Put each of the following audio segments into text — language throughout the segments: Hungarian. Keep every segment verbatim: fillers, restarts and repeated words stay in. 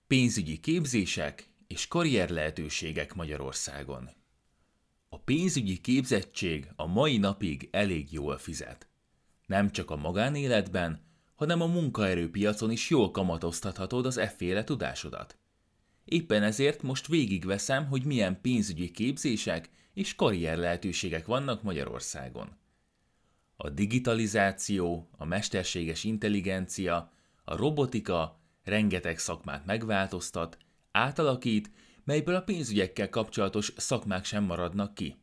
Pénzügyi képzések és karrier lehetőségek Magyarországon. A pénzügyi képzettség a mai napig elég jól fizet. Nem csak a magánéletben, hanem a munkaerőpiacon is jól kamatoztathatod az efféle tudásodat. Éppen ezért most végigveszem, hogy milyen pénzügyi képzések és karrier lehetőségek vannak Magyarországon. A digitalizáció, a mesterséges intelligencia, a robotika rengeteg szakmát megváltoztat, átalakít, melyből a pénzügyekkel kapcsolatos szakmák sem maradnak ki.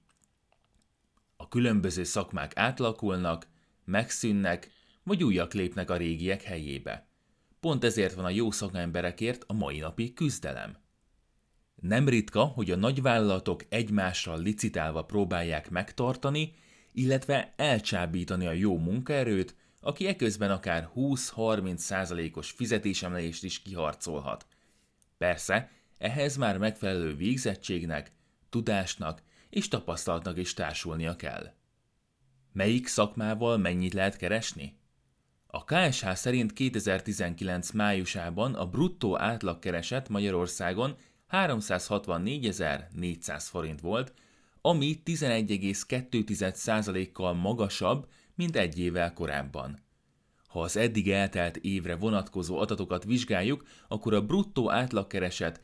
A különböző szakmák átalakulnak, megszűnnek, vagy újak lépnek a régiek helyébe. Pont ezért van a jó szakemberekért a mai napi küzdelem. Nem ritka, hogy a nagyvállalatok egymással licitálva próbálják megtartani, illetve elcsábítani a jó munkaerőt, aki eközben akár húsz-harminc százalékos fizetésemelést is kiharcolhat. Persze, ehhez már megfelelő végzettségnek, tudásnak és tapasztalatnak is társulnia kell. Melyik szakmával mennyit lehet keresni? A ká es há szerint kétezer-tizenkilenc májusában a bruttó átlagkereset Magyarországon háromszázhatvannégyezer-négyszáz forint volt, ami tizenegy egész kettő százalékkal magasabb, mint egy évvel korábban. Ha az eddig eltelt évre vonatkozó adatokat vizsgáljuk, akkor a bruttó átlagkereset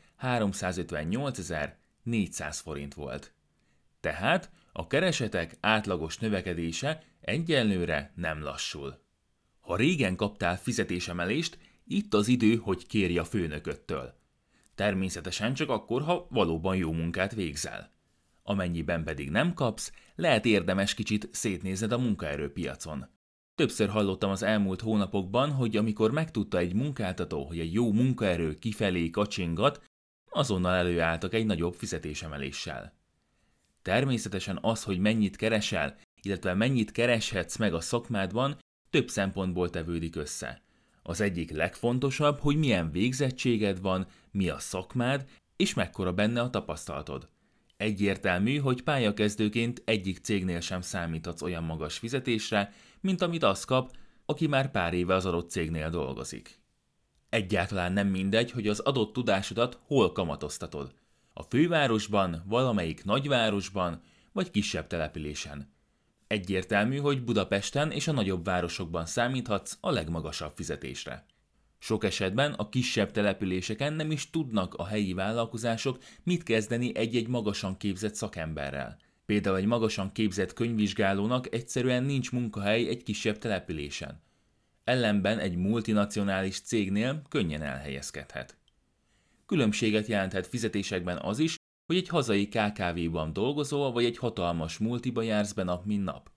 háromszázötvennyolcezer-négyszáz forint volt. Tehát a keresetek átlagos növekedése egyenlőre nem lassul. Ha régen kaptál fizetésemelést, itt az idő, hogy kérj a főnököttől. Természetesen csak akkor, ha valóban jó munkát végzel. Amennyiben pedig nem kapsz, lehet érdemes kicsit szétnézned a munkaerőpiacon. Többször hallottam az elmúlt hónapokban, hogy amikor megtudta egy munkáltató, hogy egy jó munkaerő kifelé kacsingat, azonnal előálltak egy nagyobb fizetésemeléssel. Természetesen az, hogy mennyit keresel, illetve mennyit kereshetsz meg a szakmádban, több szempontból tevődik össze. Az egyik legfontosabb, hogy milyen végzettséged van, mi a szakmád, és mekkora benne a tapasztalatod. Egyértelmű, hogy pályakezdőként egyik cégnél sem számíthatsz olyan magas fizetésre, mint amit az kap, aki már pár éve az adott cégnél dolgozik. Egyáltalán nem mindegy, hogy az adott tudásodat hol kamatoztatod. A fővárosban, valamelyik nagyvárosban, vagy kisebb településen. Egyértelmű, hogy Budapesten és a nagyobb városokban számíthatsz a legmagasabb fizetésre. Sok esetben a kisebb településeken nem is tudnak a helyi vállalkozások mit kezdeni egy-egy magasan képzett szakemberrel. Például egy magasan képzett könyvvizsgálónak egyszerűen nincs munkahely egy kisebb településen. Ellenben egy multinacionális cégnél könnyen elhelyezkedhet. Különbséget jelenthet fizetésekben az is, hogy egy hazai ká ká vé-ban dolgozol, vagy egy hatalmas multiba jársz be nap mint nap.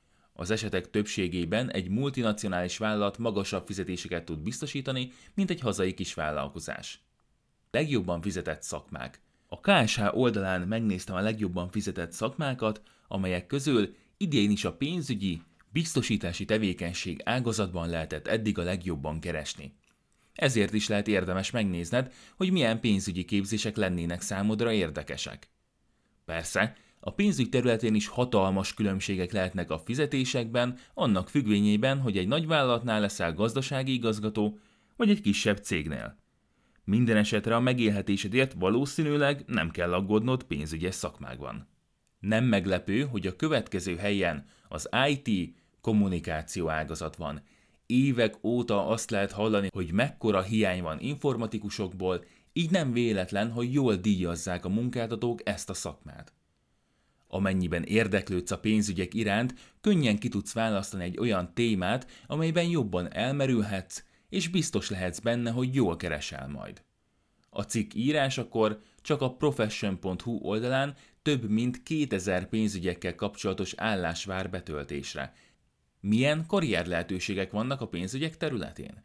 Az esetek többségében egy multinacionális vállalat magasabb fizetéseket tud biztosítani, mint egy hazai kisvállalkozás. Legjobban fizetett szakmák. A ká es há oldalán megnéztem a legjobban fizetett szakmákat, amelyek közül idén is a pénzügyi, biztosítási tevékenység ágazatban lehetett eddig a legjobban keresni. Ezért is lehet érdemes megnézned, hogy milyen pénzügyi képzések lennének számodra érdekesek. Persze, a pénzügy területén is hatalmas különbségek lehetnek a fizetésekben, annak függvényében, hogy egy nagyvállalatnál leszel gazdasági igazgató, vagy egy kisebb cégnél. Minden esetre a megélhetésedért valószínűleg nem kell aggódnod pénzügyes szakmákban. Nem meglepő, hogy a következő helyen az i té kommunikáció ágazat van. Évek óta azt lehet hallani, hogy mekkora hiány van informatikusokból, így nem véletlen, hogy jól díjazzák a munkáltatók ezt a szakmát. Amennyiben érdeklődsz a pénzügyek iránt, könnyen ki tudsz választani egy olyan témát, amelyben jobban elmerülhetsz, és biztos lehetsz benne, hogy jól keresel majd. A cikk írásakor csak a profession pont hu oldalán több mint kétezer pénzügyekkel kapcsolatos állás vár betöltésre. Milyen karrier lehetőségek vannak a pénzügyek területén?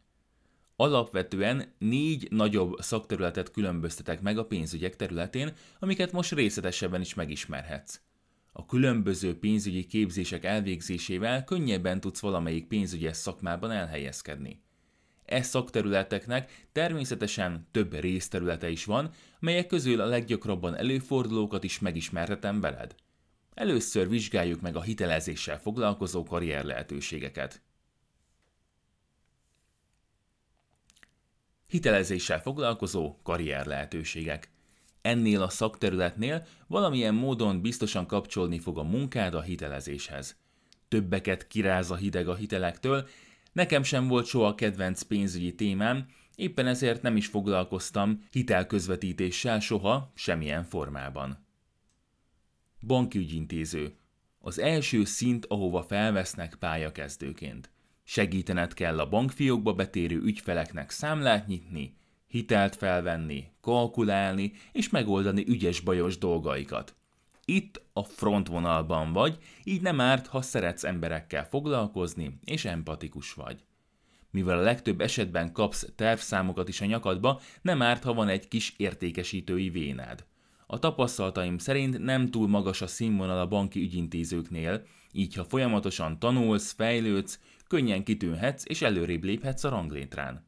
Alapvetően négy nagyobb szakterületet különböztetek meg a pénzügyek területén, amiket most részletesebben is megismerhetsz. A különböző pénzügyi képzések elvégzésével könnyebben tudsz valamelyik pénzügyes szakmában elhelyezkedni. E szakterületeknek természetesen több részterülete is van, melyek közül a leggyakrabban előfordulókat is megismertetem veled. Először vizsgáljuk meg a hitelezéssel foglalkozó karrier lehetőségeket. Hitelezéssel foglalkozó karrier lehetőségek. Ennél a szakterületnél valamilyen módon biztosan kapcsolni fog a munkád a hitelezéshez. Többeket kiráz a hideg a hitelektől, nekem sem volt soha kedvenc pénzügyi témám, éppen ezért nem is foglalkoztam hitelközvetítéssel soha, semmilyen formában. Bankügyintéző. Az első szint, ahova felvesznek pályakezdőként. Segítened kell a bankfiókba betérő ügyfeleknek számlát nyitni, hitelt felvenni, kalkulálni és megoldani ügyes-bajos dolgaikat. Itt a frontvonalban vagy, így nem árt, ha szeretsz emberekkel foglalkozni és empatikus vagy. Mivel a legtöbb esetben kapsz tervszámokat is a nyakadba, nem árt, ha van egy kis értékesítői vénád. A tapasztalataim szerint nem túl magas a színvonal a banki ügyintézőknél, így ha folyamatosan tanulsz, fejlődsz, könnyen kitűnhetsz és előrébb léphetsz a ranglétrán.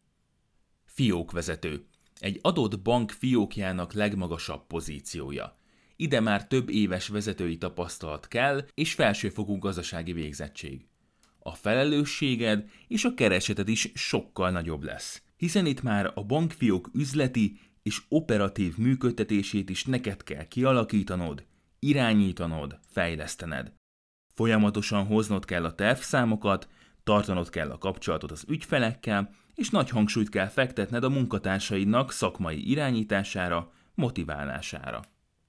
Fiókvezető. Egy adott bank fiókjának legmagasabb pozíciója. Ide már több éves vezetői tapasztalat kell és felsőfokú gazdasági végzettség. A felelősséged és a kereseted is sokkal nagyobb lesz, hiszen itt már a bankfiók üzleti és operatív működtetését is neked kell kialakítanod, irányítanod, fejlesztened. Folyamatosan hoznod kell a tervszámokat, tartanod kell a kapcsolatot az ügyfelekkel, és nagy hangsúlyt kell fektetned a munkatársaidnak szakmai irányítására, motiválására.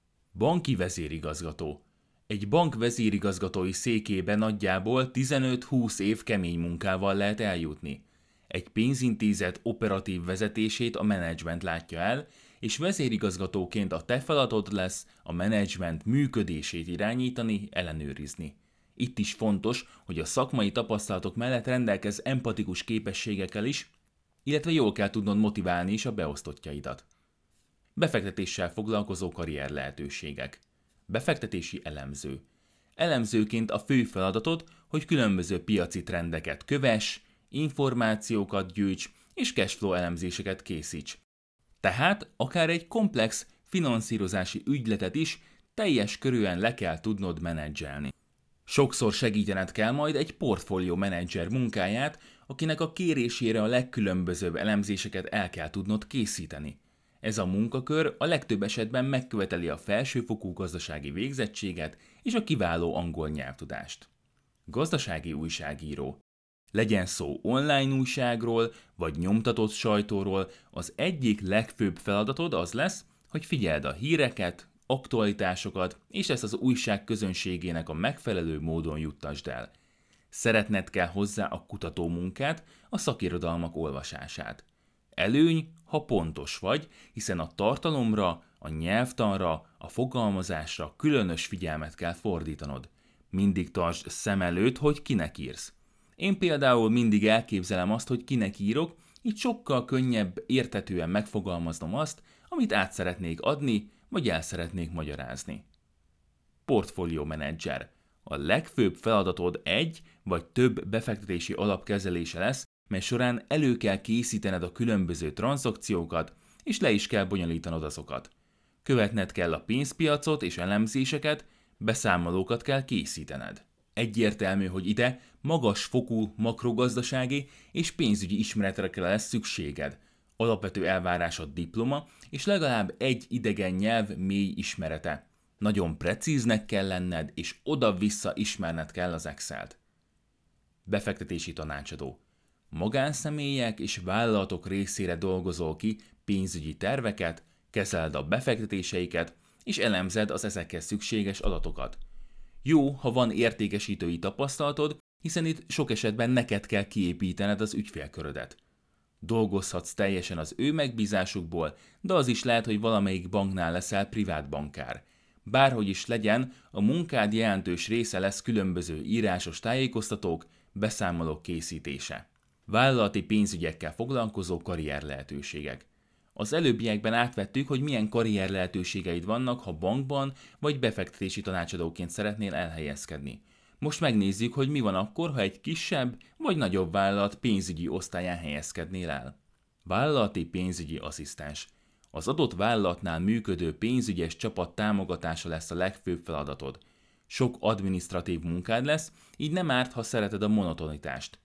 Banki vezérigazgató. Egy bank vezérigazgatói székébe nagyjából tizenöt-húsz év kemény munkával lehet eljutni. Egy pénzintézet operatív vezetését a menedzsment látja el, és vezérigazgatóként a te feladatod lesz a menedzsment működését irányítani, ellenőrizni. Itt is fontos, hogy a szakmai tapasztalatok mellett rendelkezz empatikus képességekkel is, illetve jól kell tudnod motiválni is a beosztottjaidat. Befektetéssel foglalkozó karrier lehetőségek. Befektetési elemző. Elemzőként a fő feladatod, hogy különböző piaci trendeket kövess, információkat gyűjts és cashflow elemzéseket készíts. Tehát akár egy komplex finanszírozási ügyletet is teljes körűen le kell tudnod menedzselni. Sokszor segítened kell majd egy portfólió menedzser munkáját, akinek a kérésére a legkülönbözőbb elemzéseket el kell tudnod készíteni. Ez a munkakör a legtöbb esetben megköveteli a felsőfokú gazdasági végzettséget és a kiváló angol nyelvtudást. Gazdasági újságíró. Legyen szó online újságról vagy nyomtatott sajtóról, az egyik legfőbb feladatod az lesz, hogy figyeld a híreket, aktualitásokat, és ezt az újság közönségének a megfelelő módon juttasd el. Szeretned kell hozzá a kutatómunkát, a szakirodalmak olvasását. Előny, ha pontos vagy, hiszen a tartalomra, a nyelvtanra, a fogalmazásra különös figyelmet kell fordítanod. Mindig tartsd szem előtt, hogy kinek írsz. Én például mindig elképzelem azt, hogy kinek írok, így sokkal könnyebb érthetően megfogalmaznom azt, amit át szeretnék adni, vagy el szeretnék magyarázni. Portfólió menedzser. A legfőbb feladatod egy vagy több befektetési alap kezelése lesz, mely során elő kell készítened a különböző tranzakciókat, és le is kell bonyolítanod azokat. Követned kell a pénzpiacot és elemzéseket, beszámolókat kell készítened. Egyértelmű, hogy ide magas fokú makrogazdasági és pénzügyi ismeretekre lesz szükséged. Alapvető elvárás a diploma és legalább egy idegen nyelv mély ismerete. Nagyon precíznek kell lenned, és oda-vissza ismerned kell az Excelt. Befektetési tanácsadó. Magánszemélyek és vállalatok részére dolgozol ki pénzügyi terveket, kezeld a befektetéseiket, és elemzed az ezekhez szükséges adatokat. Jó, ha van értékesítői tapasztalatod, hiszen itt sok esetben neked kell kiépítened az ügyfélkörödet. Dolgozhatsz teljesen az ő megbízásukból, de az is lehet, hogy valamelyik banknál leszel privát bankár. Bárhogy is legyen, a munkád jelentős része lesz különböző írásos tájékoztatók, beszámolók készítése. Vállalati pénzügyekkel foglalkozó karrier lehetőségek. Az előbbiekben átvettük, hogy milyen karrier lehetőségeid vannak, ha bankban vagy befektetési tanácsadóként szeretnél elhelyezkedni. Most megnézzük, hogy mi van akkor, ha egy kisebb vagy nagyobb vállalat pénzügyi osztályán helyezkednél el. Vállalati pénzügyi asszisztens. Az adott vállalatnál működő pénzügyes csapat támogatása lesz a legfőbb feladatod. Sok adminisztratív munkád lesz, így nem árt, ha szereted a monotonitást.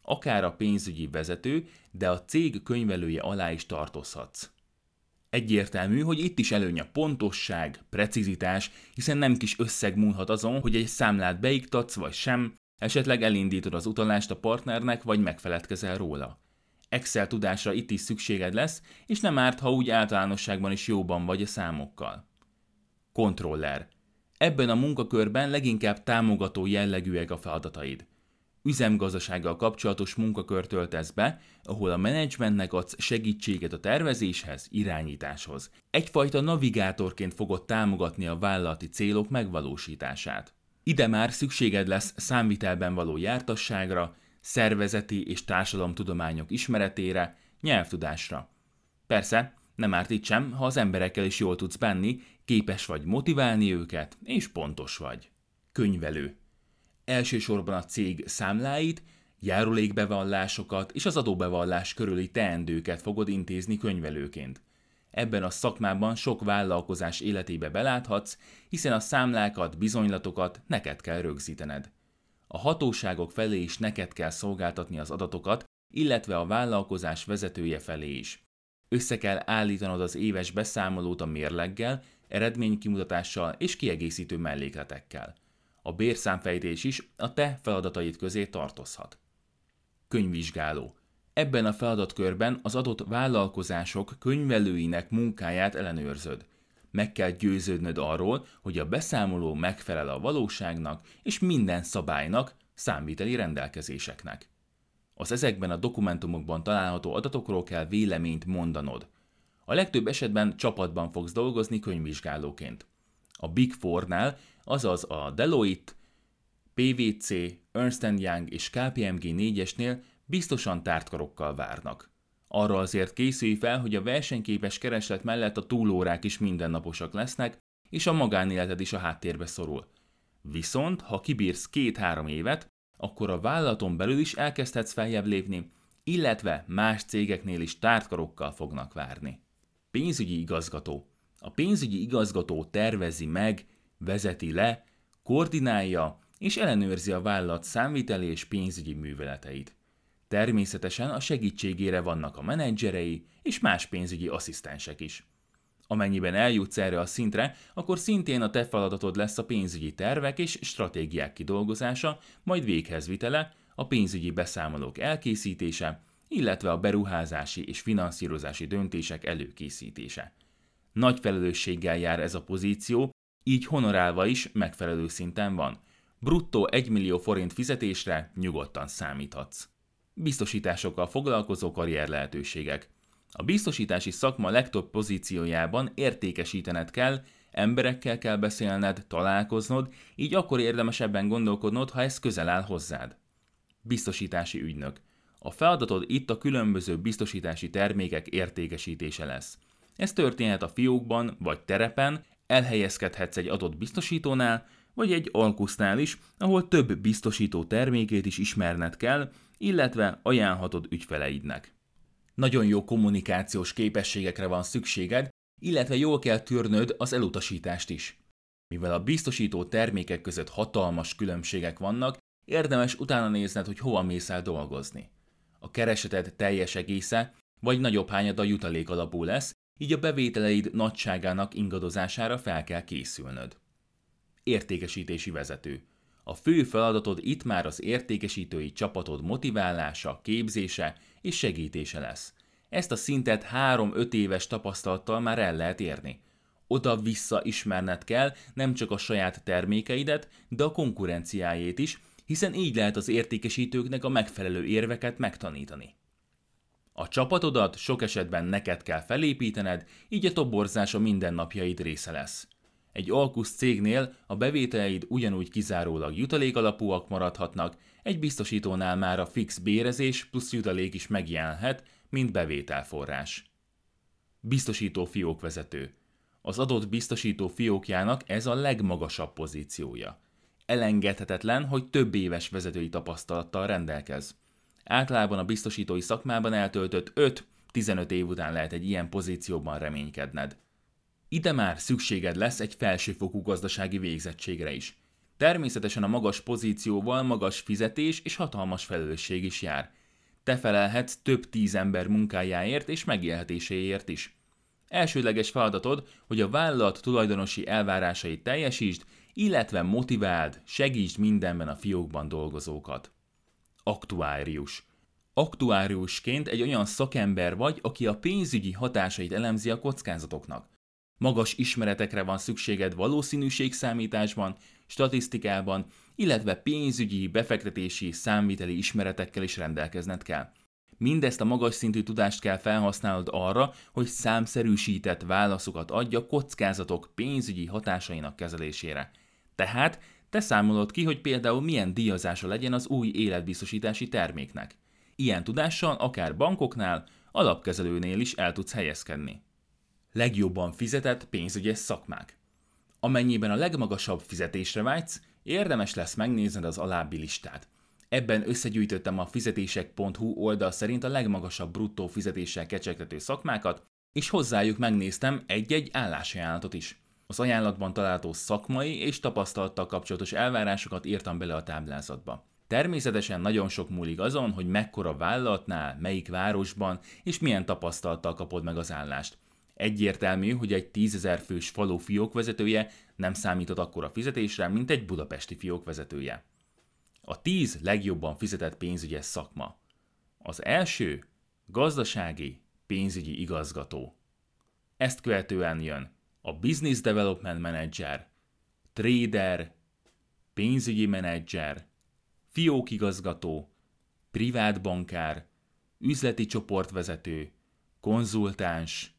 akár a pénzügyi vezető, de a cég könyvelője alá is tartozhatsz. Egyértelmű, hogy itt is előny a pontosság, precizitás, hiszen nem kis összeg múlhat azon, hogy egy számlát beiktatsz vagy sem, esetleg elindítod az utalást a partnernek, vagy megfeledkezel róla. Excel tudásra itt is szükséged lesz, és nem árt, ha úgy általánosságban is jóban vagy a számokkal. Controller. Ebben a munkakörben leginkább támogató jellegűek a feladataid. Üzemgazdasággal kapcsolatos munkakört töltesz be, ahol a menedzsmentnek adsz segítséget a tervezéshez, irányításhoz. Egyfajta navigátorként fogod támogatni a vállalati célok megvalósítását. Ide már szükséged lesz számvitelben való jártasságra, szervezeti és társadalomtudományok ismeretére, nyelvtudásra. Persze, nem árt itt sem, ha az emberekkel is jól tudsz bánni, képes vagy motiválni őket, és pontos vagy. Könyvelő. Elsősorban a cég számláit, járulékbevallásokat és az adóbevallás körüli teendőket fogod intézni könyvelőként. Ebben a szakmában sok vállalkozás életébe beláthatsz, hiszen a számlákat, bizonylatokat neked kell rögzítened. A hatóságok felé is neked kell szolgáltatni az adatokat, illetve a vállalkozás vezetője felé is. Össze kell állítanod az éves beszámolót a mérleggel, eredménykimutatással és kiegészítő mellékletekkel. A bérszámfejtés is a te feladataid közé tartozhat. Könyvvizsgáló. Ebben a feladatkörben az adott vállalkozások könyvelőinek munkáját ellenőrzöd. Meg kell győződnöd arról, hogy a beszámoló megfelel a valóságnak és minden szabálynak, számviteli rendelkezéseknek. Az ezekben a dokumentumokban található adatokról kell véleményt mondanod. A legtöbb esetben csapatban fogsz dolgozni könyvvizsgálóként. A Big Four-nál, azaz a Deloitte, pé vé cé, Ernst and Young és ká pé em gé négyesnél biztosan tártkarokkal várnak. Arra azért készülj fel, hogy a versenyképes kereslet mellett a túlórák is mindennaposak lesznek, és a magánéleted is a háttérbe szorul. Viszont, ha kibírsz két-három évet, akkor a vállalaton belül is elkezdhetsz feljebb lépni, illetve más cégeknél is tártkarokkal fognak várni. Pénzügyi igazgató. A pénzügyi igazgató tervezi meg, vezeti le, koordinálja és ellenőrzi a vállalat számviteli és pénzügyi műveleteit. Természetesen a segítségére vannak a menedzserei és más pénzügyi asszisztensek is. Amennyiben eljutsz erre a szintre, akkor szintén a te feladatod lesz a pénzügyi tervek és stratégiák kidolgozása, majd véghezvitele, a pénzügyi beszámolók elkészítése, illetve a beruházási és finanszírozási döntések előkészítése. Nagy felelősséggel jár ez a pozíció, így honorálva is megfelelő szinten van. Bruttó egymillió forint fizetésre nyugodtan számíthatsz. Biztosításokkal foglalkozó karrier lehetőségek. A biztosítási szakma legtöbb pozíciójában értékesítened kell, emberekkel kell beszélned, találkoznod, így akkor érdemes ebben gondolkodnod, ha ez közel áll hozzád. Biztosítási ügynök. A feladatod itt a különböző biztosítási termékek értékesítése lesz. Ez történhet a fiókban vagy terepen, elhelyezkedhetsz egy adott biztosítónál, vagy egy alkusznál is, ahol több biztosító termékét is ismerned kell, illetve ajánlhatod ügyfeleidnek. Nagyon jó kommunikációs képességekre van szükséged, illetve jól kell tűrnöd az elutasítást is. Mivel a biztosító termékek között hatalmas különbségek vannak, érdemes utána nézned, hogy hova mész el dolgozni. A kereseted teljes egésze, vagy nagyobb hányada jutalék alapú lesz, így a bevételeid nagyságának ingadozására fel kell készülnöd. Értékesítési vezető. A fő feladatod itt már az értékesítői csapatod motiválása, képzése és segítése lesz. Ezt a szintet három-öt éves tapasztalattal már el lehet érni. Oda-vissza ismerned kell nem csak a saját termékeidet, de a konkurenciájét is, hiszen így lehet az értékesítőknek a megfelelő érveket megtanítani. A csapatodat sok esetben neked kell felépítened, így a toborzás a mindennapjaid része lesz. Egy alkusz cégnél a bevételeid ugyanúgy kizárólag jutalék alapúak maradhatnak, egy biztosítónál már a fix bérezés plusz jutalék is megjelenhet, mint bevételforrás. Biztosító fiókvezető. Az adott biztosító fiókjának ez a legmagasabb pozíciója. Elengedhetetlen, hogy több éves vezetői tapasztalattal rendelkez. Általában a biztosítói szakmában eltöltött öt-tizenöt év után lehet egy ilyen pozícióban reménykedned. Ide már szükséged lesz egy felsőfokú gazdasági végzettségre is. Természetesen a magas pozícióval magas fizetés és hatalmas felelősség is jár. Te felelhetsz több tíz ember munkájáért és megélhetéséért is. Elsődleges feladatod, hogy a vállalat tulajdonosi elvárásait teljesítsd, illetve motiváld, segítsd mindenben a fiókban dolgozókat. Aktuárius. Aktuáriusként egy olyan szakember vagy, aki a pénzügyi hatásait elemzi a kockázatoknak. Magas ismeretekre van szükséged valószínűségszámításban, statisztikában, illetve pénzügyi, befektetési, számviteli ismeretekkel is rendelkezned kell. Mindezt a magas szintű tudást kell felhasználnod arra, hogy számszerűsített válaszokat adj a kockázatok pénzügyi hatásainak kezelésére. Tehát te számolod ki, hogy például milyen díjazása legyen az új életbiztosítási terméknek. Ilyen tudással akár bankoknál, alapkezelőnél is el tudsz helyezkedni. Legjobban fizetett pénzügyes szakmák. Amennyiben a legmagasabb fizetésre vágysz, érdemes lesz megnézned az alábbi listát. Ebben összegyűjtöttem a fizetések pont hu oldal szerint a legmagasabb bruttó fizetéssel kecsegtető szakmákat, és hozzájuk megnéztem egy-egy állásajánlatot is. Az ajánlatban található szakmai és tapasztalattal kapcsolatos elvárásokat írtam bele a táblázatba. Természetesen nagyon sok múlik azon, hogy mekkora vállalatnál, melyik városban és milyen tapasztalattal kapod meg az állást. Egyértelmű, hogy egy tízezer fős falu fiókvezetője nem számított akkora fizetésre, mint egy budapesti fiókvezetője. A tíz legjobban fizetett pénzügyes szakma. Az első, gazdasági, pénzügyi igazgató. Ezt követően jön a Business Development Manager, trader, pénzügyi menedzser, fiókigazgató, privát bankár, üzleti csoportvezető, konzultáns,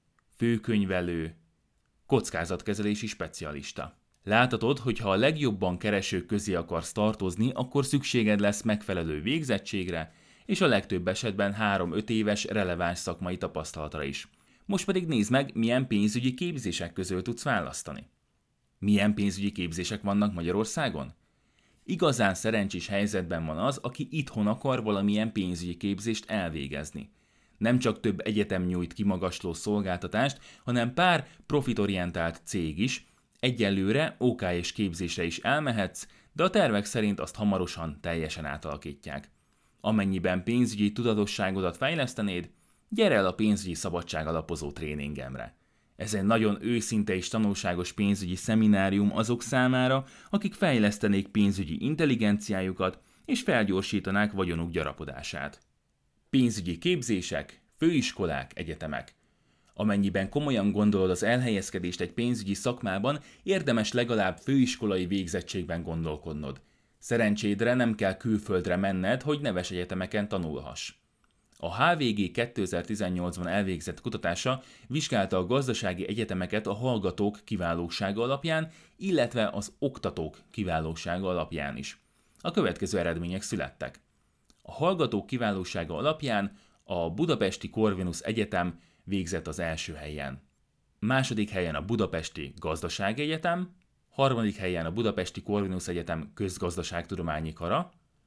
főkönyvelő, kockázatkezelési specialista. Láthatod, hogy ha a legjobban keresők közé akarsz tartozni, akkor szükséged lesz megfelelő végzettségre, és a legtöbb esetben három-öt éves releváns szakmai tapasztalatra is. Most pedig nézd meg, milyen pénzügyi képzések közül tudsz választani. Milyen pénzügyi képzések vannak Magyarországon? Igazán szerencsés helyzetben van az, aki itthon akar valamilyen pénzügyi képzést elvégezni. Nem csak több egyetem nyújt kimagasló szolgáltatást, hanem pár profitorientált cég is. Egyelőre ó ká es képzésre is elmehetsz, de a tervek szerint azt hamarosan teljesen átalakítják. Amennyiben pénzügyi tudatosságodat fejlesztenéd, gyere el a pénzügyi szabadság alapozó tréningemre. Ez egy nagyon őszinte és tanulságos pénzügyi szeminárium azok számára, akik fejlesztenék pénzügyi intelligenciájukat és felgyorsítanák vagyonuk gyarapodását. Pénzügyi képzések, főiskolák, egyetemek. Amennyiben komolyan gondolod az elhelyezkedést egy pénzügyi szakmában, érdemes legalább főiskolai végzettségben gondolkodnod. Szerencsédre nem kell külföldre menned, hogy neves egyetemeken tanulhass. A há vé gé kétezer-tizennyolcban elvégzett kutatása vizsgálta a gazdasági egyetemeket a hallgatók kiválósága alapján, illetve az oktatók kiválósága alapján is. A következő eredmények születtek. A hallgatók kiválósága alapján a Budapesti Corvinus Egyetem végzett az első helyen. Második helyen a Budapesti Gazdasági Egyetem, harmadik helyen a Budapesti Corvinus Egyetem Közgazdaságtudományi Kara,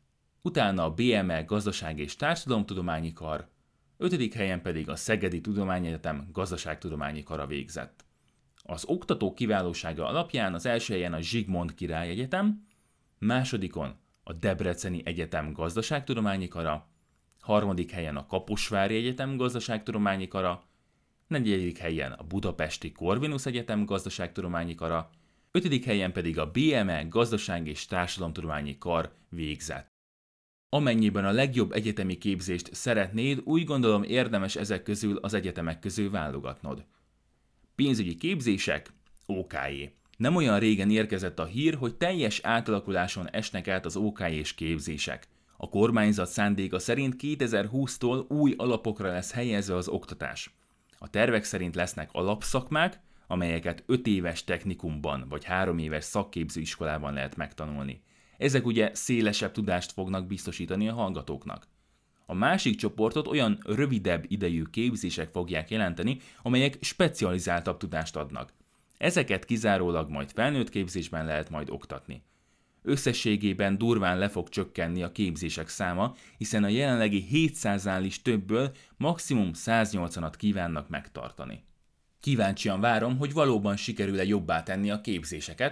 utána a bé em e Gazdaság és Társadalomtudományi Kar, ötödik helyen pedig a Szegedi Tudományegyetem Gazdaságtudományi Kara végzett. Az oktatók kiválósága alapján az első helyen a Zsigmond Király Egyetem, másodikon a Debreceni Egyetem Gazdaságtudományi Kara, harmadik helyen a Kaposvári Egyetem Gazdaságtudományi Kara, negyedik helyen a Budapesti Corvinus Egyetem Gazdaságtudományi Kara, ötödik helyen pedig a bé em e Gazdaság és Társadalomtudományi Kar végzett. Amennyiben a legjobb egyetemi képzést szeretnéd, úgy gondolom érdemes ezek közül az egyetemek közül válogatnod. Pénzügyi képzések, ó ká é. Nem olyan régen érkezett a hír, hogy teljes átalakuláson esnek át az ó ká és képzések. A kormányzat szándéka szerint kétezer-húsztól új alapokra lesz helyezve az oktatás. A tervek szerint lesznek alapszakmák, amelyeket öt éves technikumban vagy három éves szakképzőiskolában lehet megtanulni. Ezek ugye szélesebb tudást fognak biztosítani a hallgatóknak. A másik csoportot olyan rövidebb idejű képzések fogják jelenteni, amelyek specializáltabb tudást adnak. Ezeket kizárólag majd felnőtt képzésben lehet majd oktatni. Összességében durván le fog csökkenni a képzések száma, hiszen a jelenlegi hétszáznál is többből maximum száznyolcvanat kívánnak megtartani. Kíváncsian várom, hogy valóban sikerül-e jobbá tenni a képzéseket,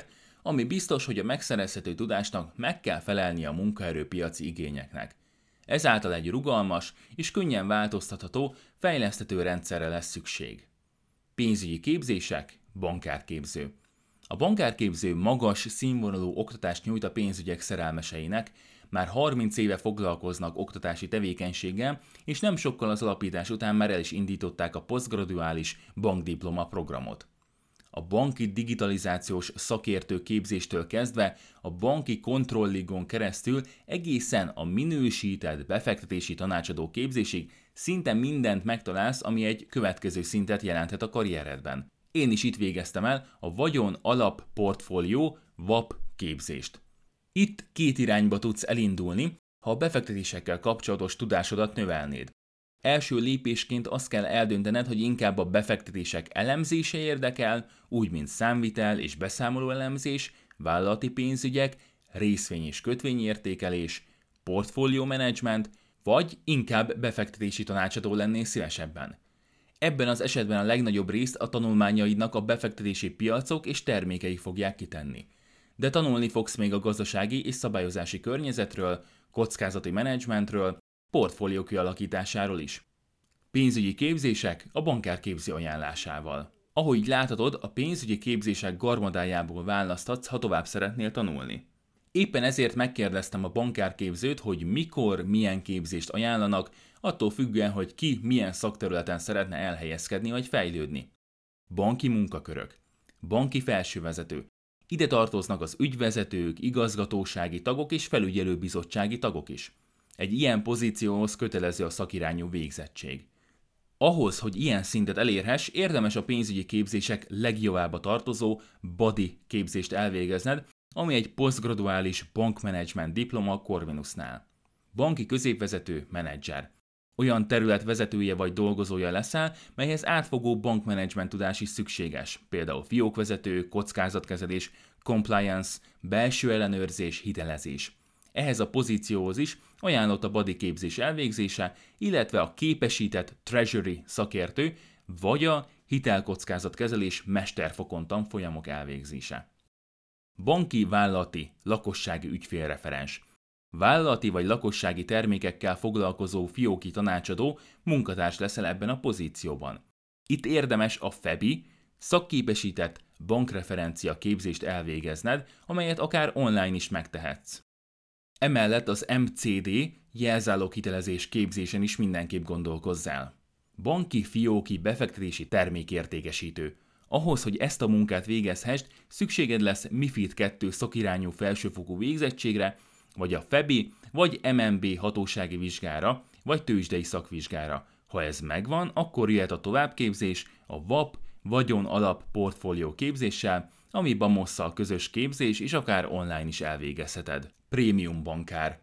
ami biztos, hogy a megszerezhető tudásnak meg kell felelnie a munkaerőpiaci igényeknek. Ezáltal egy rugalmas és könnyen változtatható, fejleszthető rendszerre lesz szükség. Pénzügyi képzések, bankárképző. A bankárképző magas színvonalú oktatást nyújt a pénzügyek szerelmeseinek, már harminc éve foglalkoznak oktatási tevékenységgel, és nem sokkal az alapítás után már el is indították a posztgraduális bankdiploma programot. A banki digitalizációs szakértő képzéstől kezdve a banki kontrolligon keresztül egészen a minősített befektetési tanácsadó képzésig szinte mindent megtalálsz, ami egy következő szintet jelenthet a karrieredben. Én is itt végeztem el a Vagyon Alap Portfólió vé á pé képzést. Itt két irányba tudsz elindulni, ha a befektetésekkel kapcsolatos tudásodat növelnéd. Első lépésként azt kell eldöntened, hogy inkább a befektetések elemzése érdekel, úgy mint számvitel és beszámoló elemzés, vállalati pénzügyek, részvény- és kötvényértékelés, portfólió menedzsment, vagy inkább befektetési tanácsadó lennél szívesebben. Ebben az esetben a legnagyobb részt a tanulmányaidnak a befektetési piacok és termékei fogják kitenni. De tanulni fogsz még a gazdasági és szabályozási környezetről, kockázati menedzsmentről, portfólió kialakításáról is. Pénzügyi képzések a bankárképző ajánlásával. Ahogy láthatod, a pénzügyi képzések garmadájából választhatsz, ha tovább szeretnél tanulni. Éppen ezért megkérdeztem a bankárképzőt, hogy mikor, milyen képzést ajánlanak, attól függően, hogy ki milyen szakterületen szeretne elhelyezkedni vagy fejlődni. Banki munkakörök. Banki felsővezető. Ide tartoznak az ügyvezetők, igazgatósági tagok és felügyelőbizottsági tagok is. Egy ilyen pozícióhoz kötelező a szakirányú végzettség. Ahhoz, hogy ilyen szintet elérhess, érdemes a pénzügyi képzések legjobbába tartozó BADI képzést elvégezned, ami egy posztgraduális bankmenedzsment diploma Corvinusnál. Banki középvezető, menedzser. Olyan terület vezetője vagy dolgozója leszel, melyhez átfogó bankmenedzsment tudás is szükséges, például fiókvezető, kockázatkezelés, compliance, belső ellenőrzés, hitelezés. Ehhez a pozícióhoz is ajánlott a BADI képzés elvégzése, illetve a képesített treasury szakértő vagy a hitelkockázatkezelés mesterfokon tanfolyamok elvégzése. Banki vállalati lakossági ügyfélreferens. Vállalati vagy lakossági termékekkel foglalkozó fióki tanácsadó munkatárs leszel ebben a pozícióban. Itt érdemes a FEBI, szakképesített bankreferencia képzést elvégezned, amelyet akár online is megtehetsz. Emellett az em cé dé jelzáloghitelezés képzésen is mindenképp gondolkozzál. Banki fióki befektetési termékértékesítő. Ahhoz, hogy ezt a munkát végezhessd, szükséged lesz MiFID kettő szakirányú felsőfokú végzettségre, vagy a FEBI, vagy em en bé hatósági vizsgára, vagy tőzsdei szakvizsgára. Ha ez megvan, akkor jöhet a továbbképzés, a vé á pé Vagyon Alap Portfólió képzéssel, ami bamosszal közös képzés, és akár online is elvégezheted. Prémium bankár.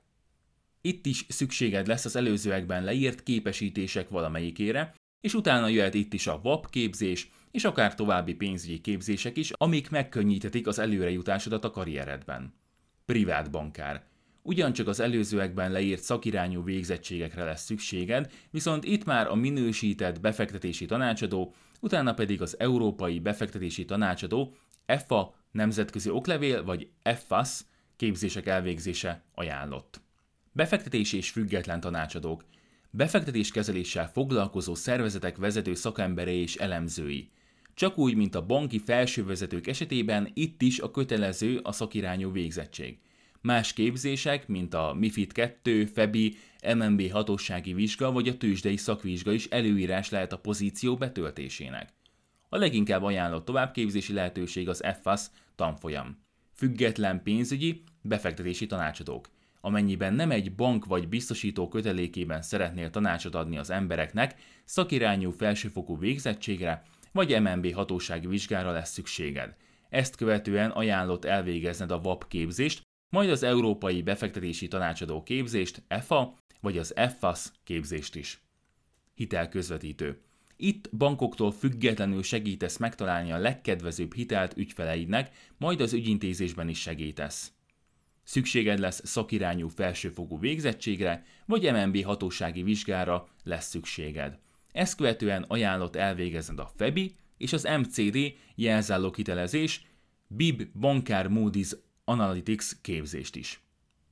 Itt is szükséged lesz az előzőekben leírt képesítések valamelyikére, és utána jöhet itt is a vé á pé képzés, és akár további pénzügyi képzések is, amik megkönnyíthetik az előrejutásodat a karrieredben. Privát bankár. Ugyancsak az előzőekben leírt szakirányú végzettségekre lesz szükséged, viszont itt már a minősített befektetési tanácsadó, utána pedig az Európai Befektetési Tanácsadó ef á nemzetközi oklevél vagy ef á es képzések elvégzése ajánlott. Befektetési és független tanácsadók. Befektetéskezeléssel foglalkozó szervezetek vezető szakemberei és elemzői. Csak úgy, mint a banki felsővezetők esetében, itt is a kötelező a szakirányú végzettség. Más képzések, mint a MiFID kettő, FEBI, em en bé hatósági vizsga vagy a tőzsdei szakvizsga is előírás lehet a pozíció betöltésének. A leginkább ajánlott továbbképzési lehetőség az ef á es tanfolyam. Független pénzügyi, befektetési tanácsadók. Amennyiben nem egy bank vagy biztosító kötelékében szeretnél tanácsot adni az embereknek, szakirányú felsőfokú végzettségre vagy em en bé hatósági vizsgára lesz szükséged. Ezt követően ajánlott elvégezned a vé á pé képzést, majd az Európai Befektetési Tanácsadó képzést, ef á, vagy az ef á es képzést is. Hitelközvetítő. Itt bankoktól függetlenül segítesz megtalálni a legkedvezőbb hitelt ügyfeleidnek, majd az ügyintézésben is segítesz. Szükséged lesz szakirányú felsőfokú végzettségre, vagy em en bé hatósági vizsgára lesz szükséged. Ezt követően ajánlott elvégezned a FEBI és az em cé dé jelzáloghitelezés, bé i bé Bankár Moody's Analytics képzést is.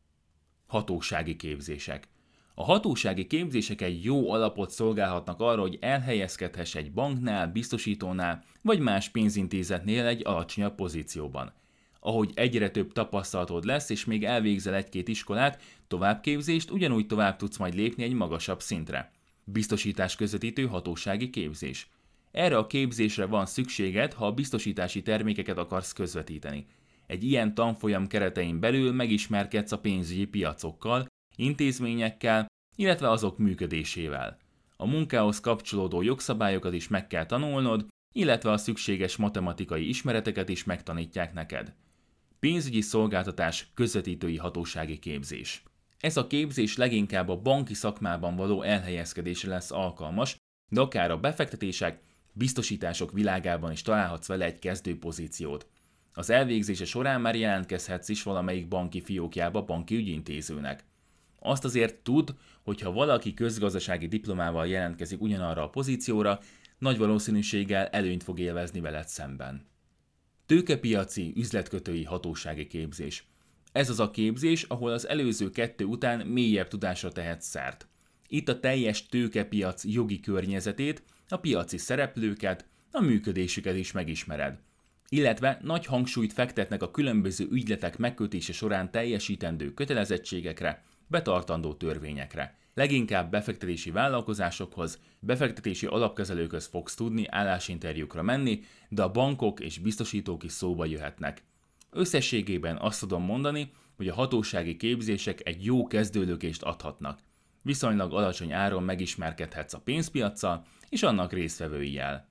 Hatósági képzések. A hatósági képzések egy jó alapot szolgálhatnak arra, hogy elhelyezkedhess egy banknál, biztosítónál vagy más pénzintézetnél egy alacsonyabb pozícióban. Ahogy egyre több tapasztalatod lesz, és még elvégzel egy-két iskolát, továbbképzést, ugyanúgy tovább tudsz majd lépni egy magasabb szintre. Biztosítás közvetítő hatósági képzés. Erre a képzésre van szükséged, ha a biztosítási termékeket akarsz közvetíteni. Egy ilyen tanfolyam keretein belül megismerkedsz a pénzügyi piacokkal, intézményekkel, illetve azok működésével. A munkához kapcsolódó jogszabályokat is meg kell tanulnod, illetve a szükséges matematikai ismereteket is megtanítják neked. Pénzügyi szolgáltatás közvetítői hatósági képzés. Ez a képzés leginkább a banki szakmában való elhelyezkedésre lesz alkalmas, de akár a befektetések, biztosítások világában is találhatsz vele egy kezdő pozíciót. Az elvégzése során már jelentkezhetsz is valamelyik banki fiókjába banki ügyintézőnek. Azt azért tudd, hogy ha valaki közgazdasági diplomával jelentkezik ugyanarra a pozícióra, nagy valószínűséggel előnyt fog élvezni veled szemben. Tőkepiaci üzletkötői hatósági képzés. Ez az a képzés, ahol az előző kettő után mélyebb tudásra tehetsz szert. Itt a teljes tőkepiac jogi környezetét, a piaci szereplőket, a működésüket is megismered. Illetve nagy hangsúlyt fektetnek a különböző ügyletek megkötése során teljesítendő kötelezettségekre, betartandó törvényekre. Leginkább befektetési vállalkozásokhoz, befektetési alapkezelőkhöz fogsz tudni állásinterjúkra menni, de a bankok és biztosítók is szóba jöhetnek. Összességében azt tudom mondani, hogy a hatósági képzések egy jó kezdőlökést adhatnak. Viszonylag alacsony áron megismerkedhetsz a pénzpiaccal és annak résztvevőivel.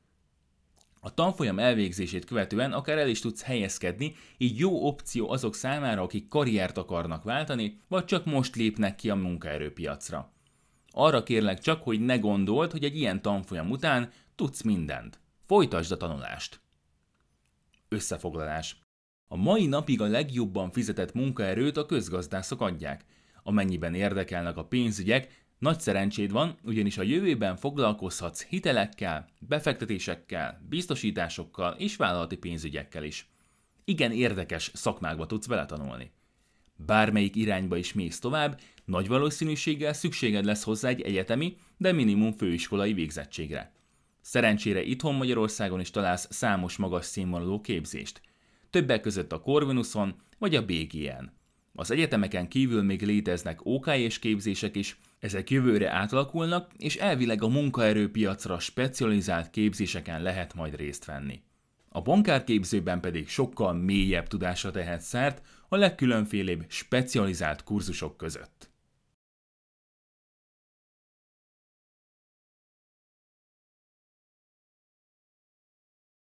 A tanfolyam elvégzését követően akár el is tudsz helyezkedni, így jó opció azok számára, akik karriert akarnak váltani, vagy csak most lépnek ki a munkaerőpiacra. Arra kérlek csak, hogy ne gondold, hogy egy ilyen tanfolyam után tudsz mindent. Folytasd a tanulást. Összefoglalás. A mai napig a legjobban fizetett munkaerőt a közgazdászok adják. Amennyiben érdekelnek a pénzügyek, nagy szerencséd van, ugyanis a jövőben foglalkozhatsz hitelekkel, befektetésekkel, biztosításokkal és vállalati pénzügyekkel is. Igen érdekes szakmákba tudsz beletanulni. Bármelyik irányba is mész tovább, nagy valószínűséggel szükséged lesz hozzá egy egyetemi, de minimum főiskolai végzettségre. Szerencsére itthon Magyarországon is találsz számos magas színvonalú képzést. Többek között a Corvinuson vagy a bé gé en. Az egyetemeken kívül még léteznek ó ká és képzések is, ezek jövőre átalakulnak, és elvileg a munkaerőpiacra specializált képzéseken lehet majd részt venni. A bankárképzőben pedig sokkal mélyebb tudásra tehet szert a legkülönfélébb specializált kurzusok között.